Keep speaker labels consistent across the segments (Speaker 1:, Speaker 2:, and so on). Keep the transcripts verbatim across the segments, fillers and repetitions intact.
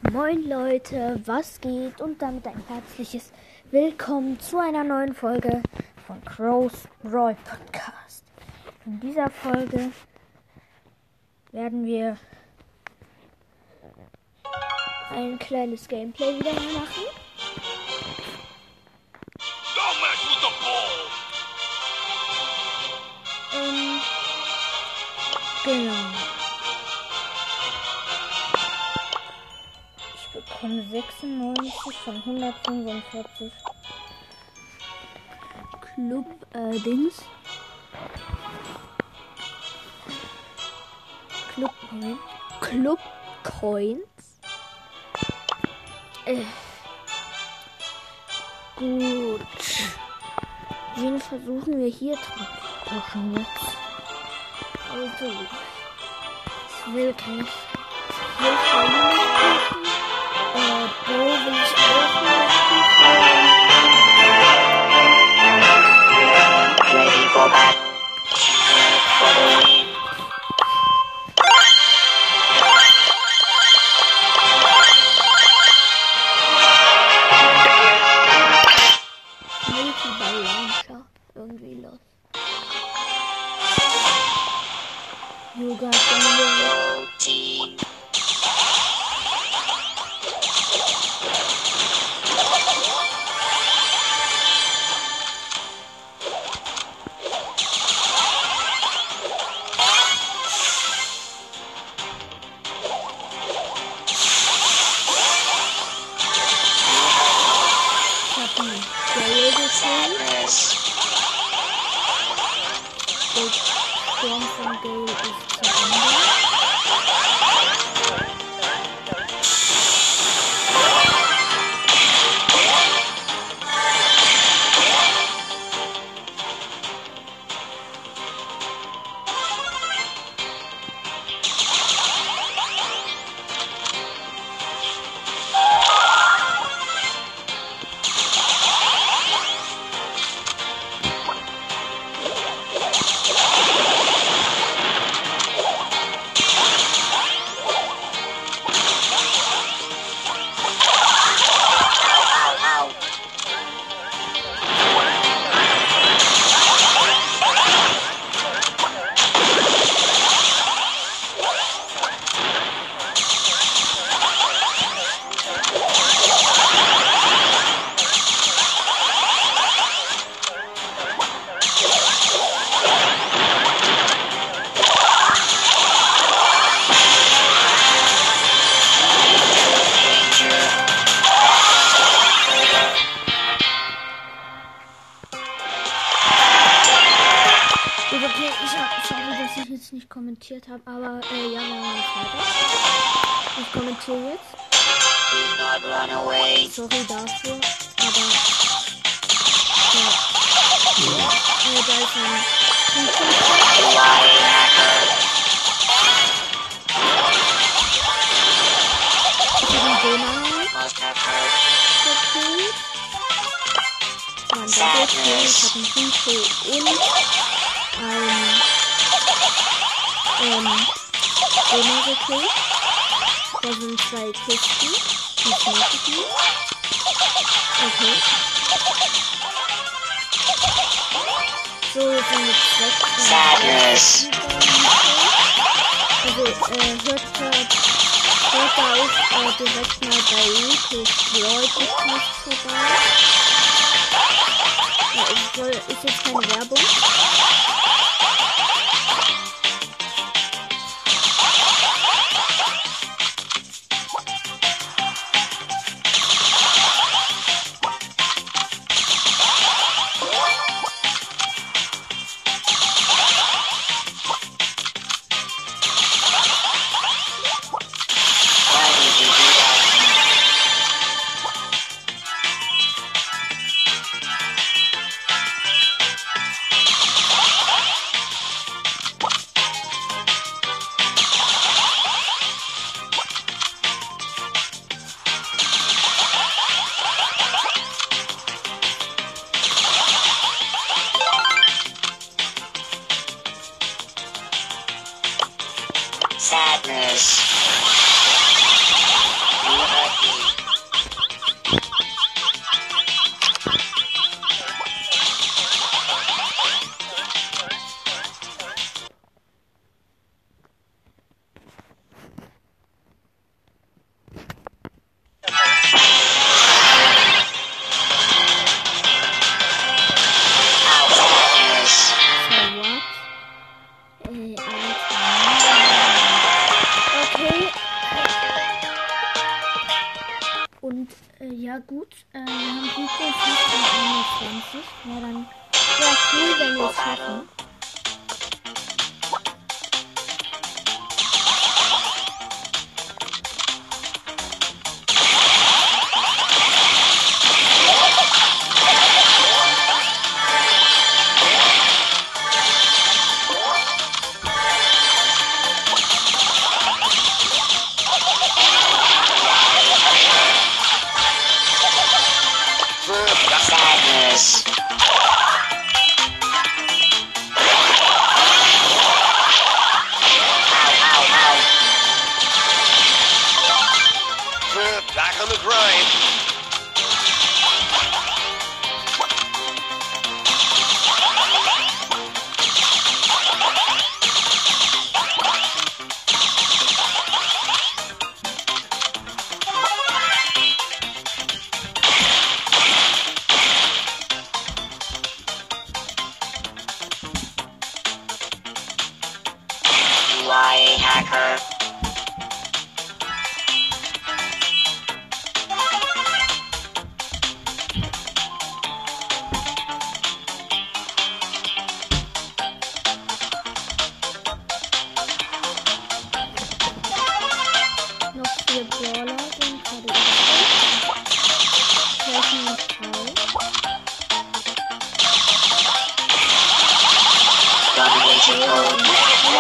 Speaker 1: Moin Leute, was geht? Und damit ein herzliches Willkommen zu einer neuen Folge von Crow's Brawl Podcast. In dieser Folge werden wir ein kleines Gameplay wieder mal machen. Ähm, genau. Ich bekomme sechsundneunzig von hundertfünfundvierzig Club äh, Dings. Club Coins. Club Coins. Äh. Gut. Den versuchen wir hier tauschen jetzt. Also. Ich will kein. Ich will kein. Äh, Bo will ich auch nicht.
Speaker 2: Ready for that.
Speaker 1: Multiball-Launcher. Irgendwie los. Yoga, Team. Der Sturm von Gale ist zu Ende. Okay, ich hab, sorry, dass ich jetzt nicht kommentiert habe, aber äh, ja, wir machen weiter. Ich kommentiere jetzt. Sorry dafür, aber ja. Äh, da ist ein ich hab einen Döner. Okay. Dann Double Kill, ich hab einen Pinkel und ein ähm, Döner gekillt. Da sind zwei Kisten. Die schmeckt nicht. Okay. So, jetzt sind wir
Speaker 2: Sadness.
Speaker 1: Also, äh, hört, hört, hört da auch äh, direkt mal bei Rico's Brawl Podcast vorbei. Ja, es soll, ist jetzt keine Werbung. gut. Äh, wir haben Rico fünfzehn einundzwanzig. Ja, dann wäre cool, wenn wir es schaffen.
Speaker 2: Back on the grind.
Speaker 3: Why, hacker?
Speaker 1: Noch vier Brawler sind gerade übrig. Vielleicht nur noch drei.
Speaker 3: Dominating mode.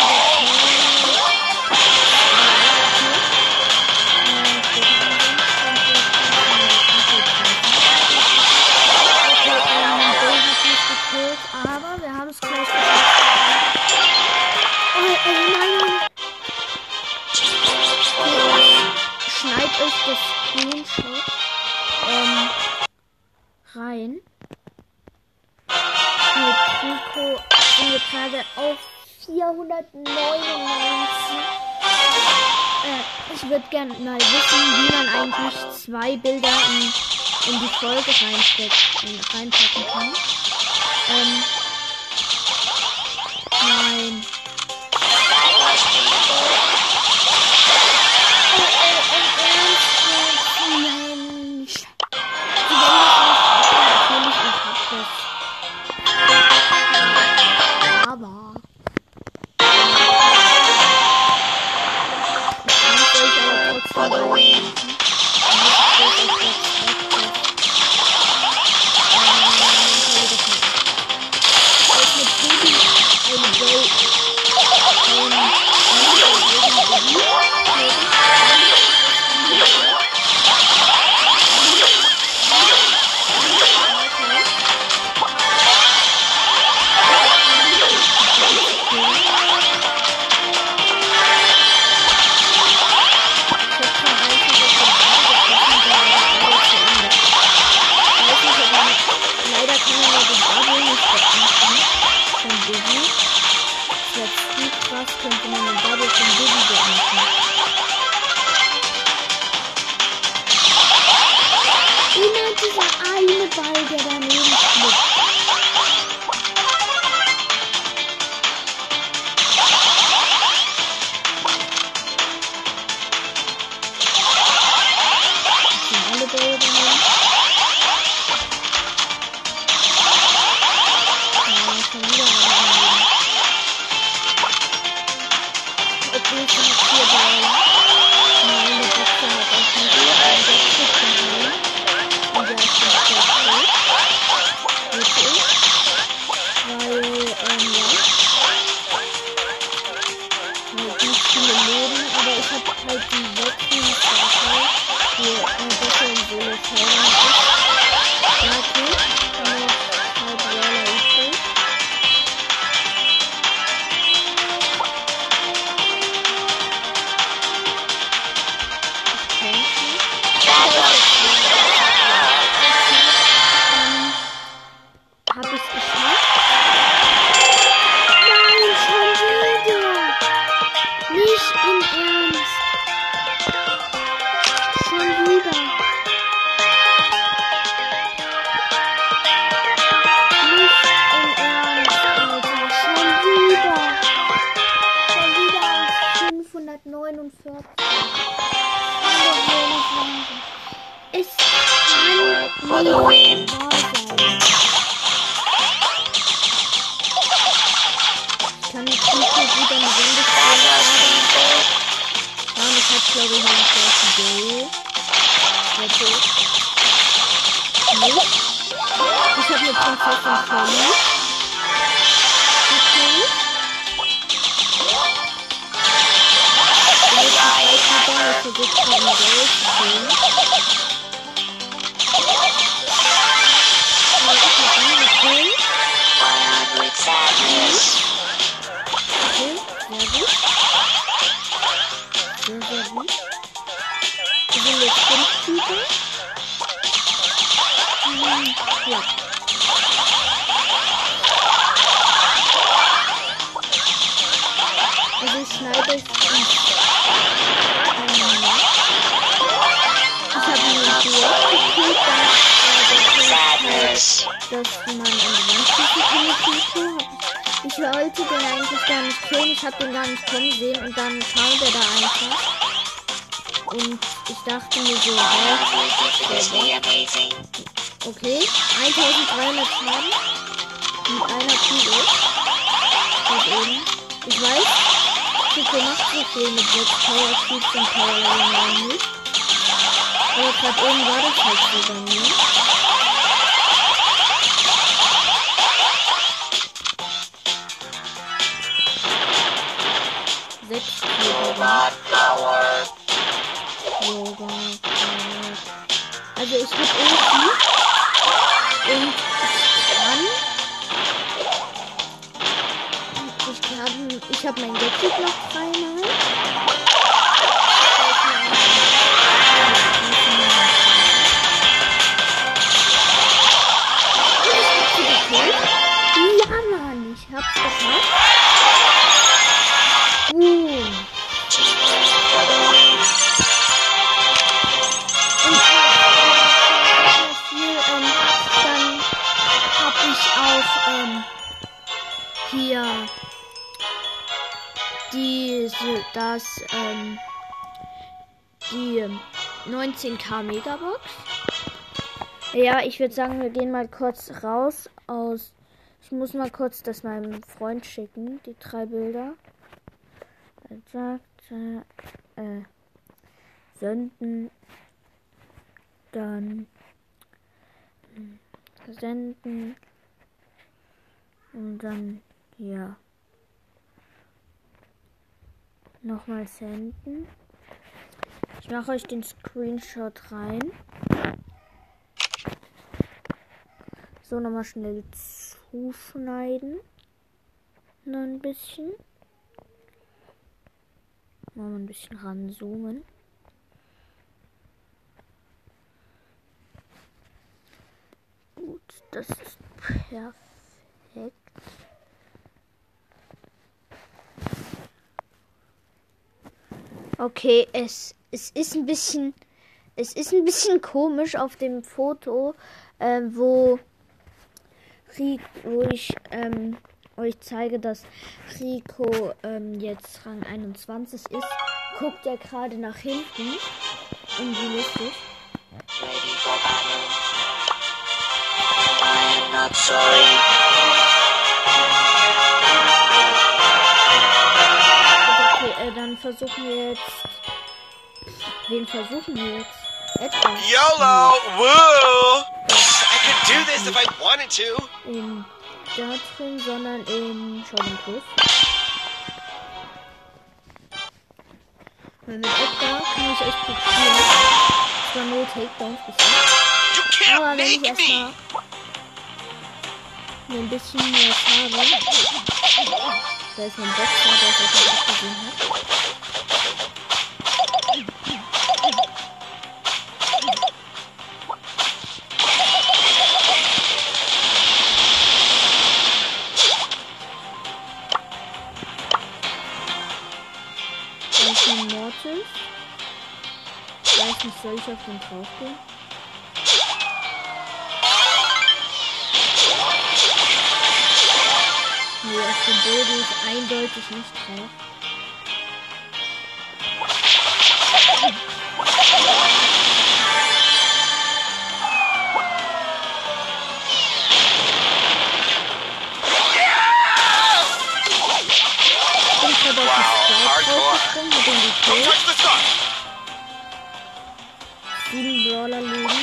Speaker 1: Aber wir haben es gleich geschafft. Oh, oh nein! Schneid euch das Screenshot ähm, rein. Mit Rico sind wir gerade auf vierhundertneunundneunzig. Äh, ich würde gerne mal wissen, wie man eigentlich zwei Bilder in, in die Folge reinsteckt, reinpacken kann. Ähm, nein. Mensch. Natürlich, ich hab das. Aber. Ich kann euch aber trotzdem beweisen. Könnte man den Double von Diddy beenden. Immer dieser eine Ball, der daneben fliegt. Das sind alle Bälle daneben. Ja, schon wieder daneben. Okay, ich habe vier Bälle. Nein, der Boxer hat auch nicht so ein Boxer. Und der ist schon sehr gut. Wirklich. Weil, ähm, ja. Halt nicht viele Leben, aber ich habe halt die Wechselstafel für eine bessere Solo-Felder ist. Ja, okay. Noch halb Roller übrig. Hab ich's geschafft? Nein, schon wieder! Nicht im Ernst! Schon wieder! Nicht im Ernst, Alter! Schon wieder! Schon wieder auf fünfhundertneunundvierzig!
Speaker 3: for the win.
Speaker 1: Ich kann nicht gut wieder eine Runde
Speaker 3: Dagger's
Speaker 1: spielen.
Speaker 3: been
Speaker 1: Ja, und ich hab glaube ich einen großen Goal. Wette. Nee. Ich hab eine Prinzessin verliebt. Okay. Ich versuche gerade ein Goal zu spielen. Aber ich hab angekillt.
Speaker 3: Wild with sadness.
Speaker 1: Okay, sehr gut. Sehr, sehr gut. Wir sind jetzt fünf Typen. Hm, ja. Also ich schneide es an. Ich habe einen Duett gekriegt,
Speaker 3: Sadness.
Speaker 1: dass man an die Wand schießen kann mit Pico. Ich wollte den eigentlich gar nicht killen, ich habe den gar nicht kommen sehen und dann kam der da einfach. Und ich dachte mir so,
Speaker 3: Ridiculously
Speaker 1: hey,
Speaker 3: amazing.
Speaker 1: okay, eintausenddreihundert Schaden mit einer Kugel. Dort oben. Ich weiß, Pico macht so viel mit sechs Power Cubes und Power Level nicht. Aber gerade oben war das halt so bei mir. Sechs
Speaker 3: Robot power.
Speaker 1: Robot. Also ich hab irgendwie und ich kann ich kann ich hab mein Gadget noch dreimal. Ja, Mann, ich hab's geschafft. Uh.
Speaker 3: For the win.
Speaker 1: Und hier, ähm, dann hab ich auch ähm, hier diese, das, ähm, die neunzehn K Megabox. Ja, ich würde sagen, wir gehen mal kurz raus aus. Ich muss mal kurz das meinem Freund schicken, die drei Bilder. Er sagt, äh, senden, dann senden und dann hier nochmal senden. Ich mache euch den Screenshot rein. So, nochmal schnell zuschneiden. Noch ein bisschen. Mal ein bisschen ranzoomen. Gut, das ist perfekt. Okay, es, es ist ein bisschen, es ist ein bisschen komisch auf dem Foto, äh, wo, wo ich ähm, euch zeige, dass Rico ähm, jetzt Rang einundzwanzig ist. Guckt er gerade nach hinten. Irgendwie lustig.
Speaker 3: Ready for battle. I am not sorry.
Speaker 1: Okay, äh, dann versuchen wir jetzt. Wen versuchen wir jetzt? Edgar.
Speaker 2: YOLO! Woo! I could do this if I wanted to.
Speaker 1: In da drin, sondern in Shonen Plus. Weil mit Edgar kann ich echt gut spielen. Zwar nur Takedowns bisher.
Speaker 2: You can't
Speaker 1: Aber wenn ich
Speaker 2: make me!
Speaker 1: erstmal ein bisschen mehr habe. Da ist mein Boxer, der es auch nicht gesehen hat. Da ist ein Mortis. Ich weiß nicht, soll ich auf den drauf gehen? Nee, auf den Bull gehe ich eindeutig nicht drauf. Sieben Brawler leben noch.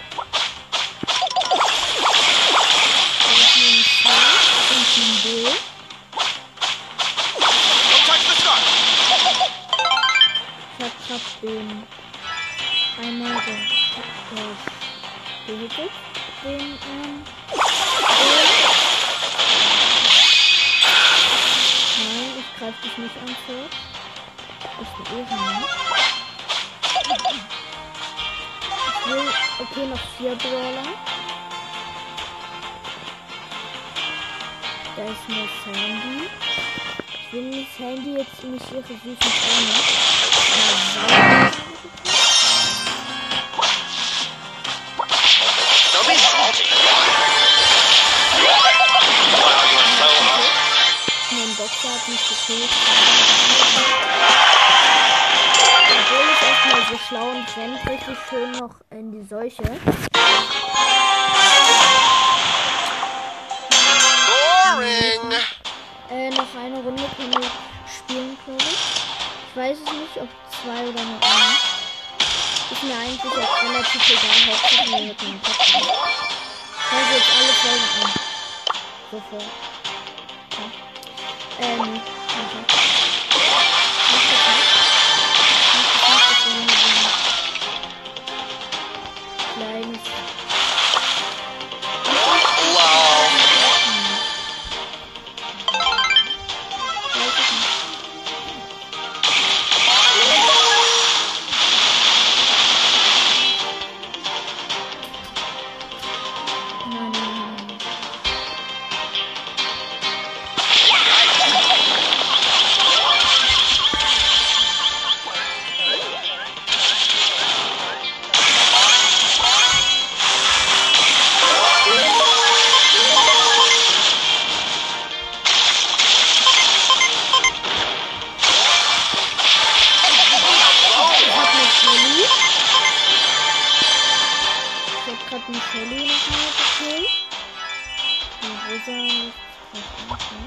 Speaker 2: Don't touch the star.
Speaker 1: Ich hab grad den einmal gehittet. Den, ähm, nein, ich greif dich nicht an, so. Das ist ein Ehrenmann. Ich will, okay, noch vier Brawler. Da ist eine Sandy. Ich will die Sandy jetzt nicht ihre süßen Freunde.
Speaker 2: Don't be salty. Wow, you are so hot.
Speaker 1: Mein Boxer hat mich gekillt. Obwohl ich erstmal so schlau und rennt richtig schön noch in die Seuche.
Speaker 2: Boring.
Speaker 1: Äh, noch eine Runde können wir spielen, glaube ich. Ich weiß es nicht, ob zwei oder nur eine. Ist mir eigentlich jetzt relativ egal, Hauptsache wir mit dem Podcast. Ich höre jetzt alle Folgen an. Sofort. Ja. Ähm, okay. Kleines.
Speaker 2: Lol.
Speaker 1: Nein, nein, nein. Ich hab grad eine Shelly nochmal gekillt. Die Rosa nicht treffen.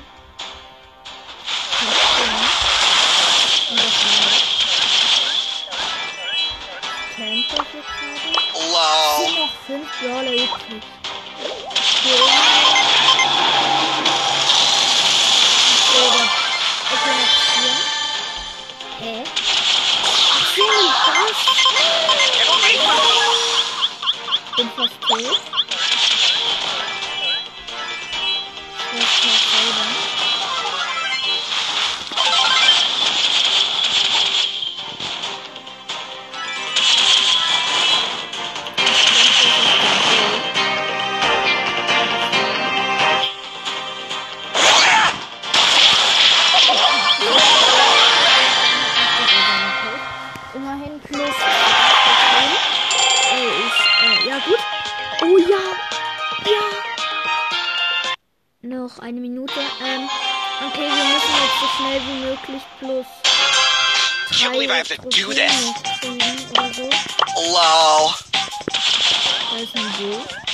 Speaker 1: Und das war Camp das jetzt gerade.
Speaker 2: Lol.
Speaker 1: Sind noch fünf Brawler übrig. Oder, okay, noch vier. Hä? Vier, was?
Speaker 2: Get away from me.
Speaker 1: Bin fast tot. Das ist noch selber. Immerhin plus. Äh, ist, äh, ja gut. Oh ja. Ja. Noch eine Minute. Ähm, okay, wir müssen jetzt so schnell wie möglich plus
Speaker 2: Can't believe I
Speaker 1: drei
Speaker 2: have to do
Speaker 1: Trophäen
Speaker 2: this.
Speaker 1: noch kriegen oder so.
Speaker 2: Lol.
Speaker 1: Da ist ein Bo.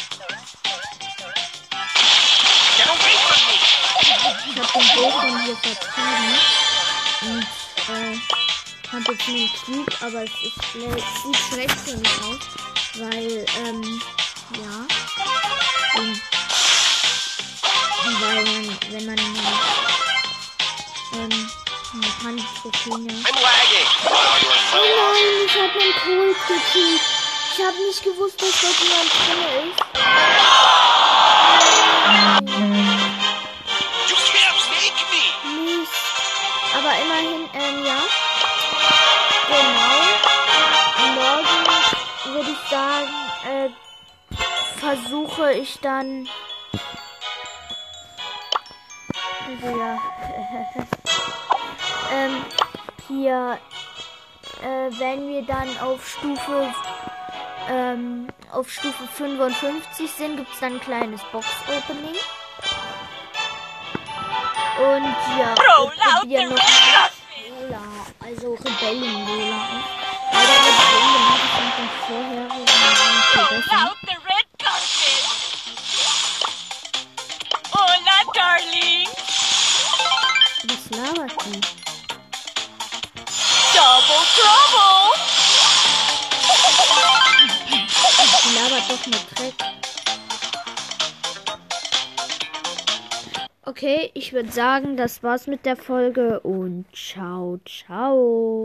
Speaker 2: Get away from me.
Speaker 1: Ich hab den Bo von hier vertrieben. Und, äh, hab jetzt nur einen Cube, aber es ist schle- sieht schlecht für mich aus. Weil, ähm, ja. Und, weil man, wenn man, ähm, man kann die Trophäen ja.
Speaker 2: I'm lagging. Wow, you are so
Speaker 1: Oh
Speaker 2: awesome.
Speaker 1: nein, ich hab meinen Cold gekillt. Ich hab nicht gewusst, dass das jemand drin ist.
Speaker 2: You can't make me.
Speaker 1: Mist. Aber immerhin, ähm, ja. Genau. Morgen würde ich sagen, äh, versuche ich dann. Also ja. ähm, hier, äh, wenn wir dann auf Stufe, ähm, auf Stufe fünfundfünfzig sind, gibt es dann ein kleines Box-Opening. Und ja, wir probieren noch Lola, also Rebellen-Lola. Leider wird es so gemacht, ich fand den vorherigen viel besser.
Speaker 4: Out the red carpet. Hola, darling.
Speaker 1: Was labert die?
Speaker 4: Double trouble.
Speaker 1: auch nur Dreck. Okay, ich würde sagen, das war's mit der Folge und ciao, ciao.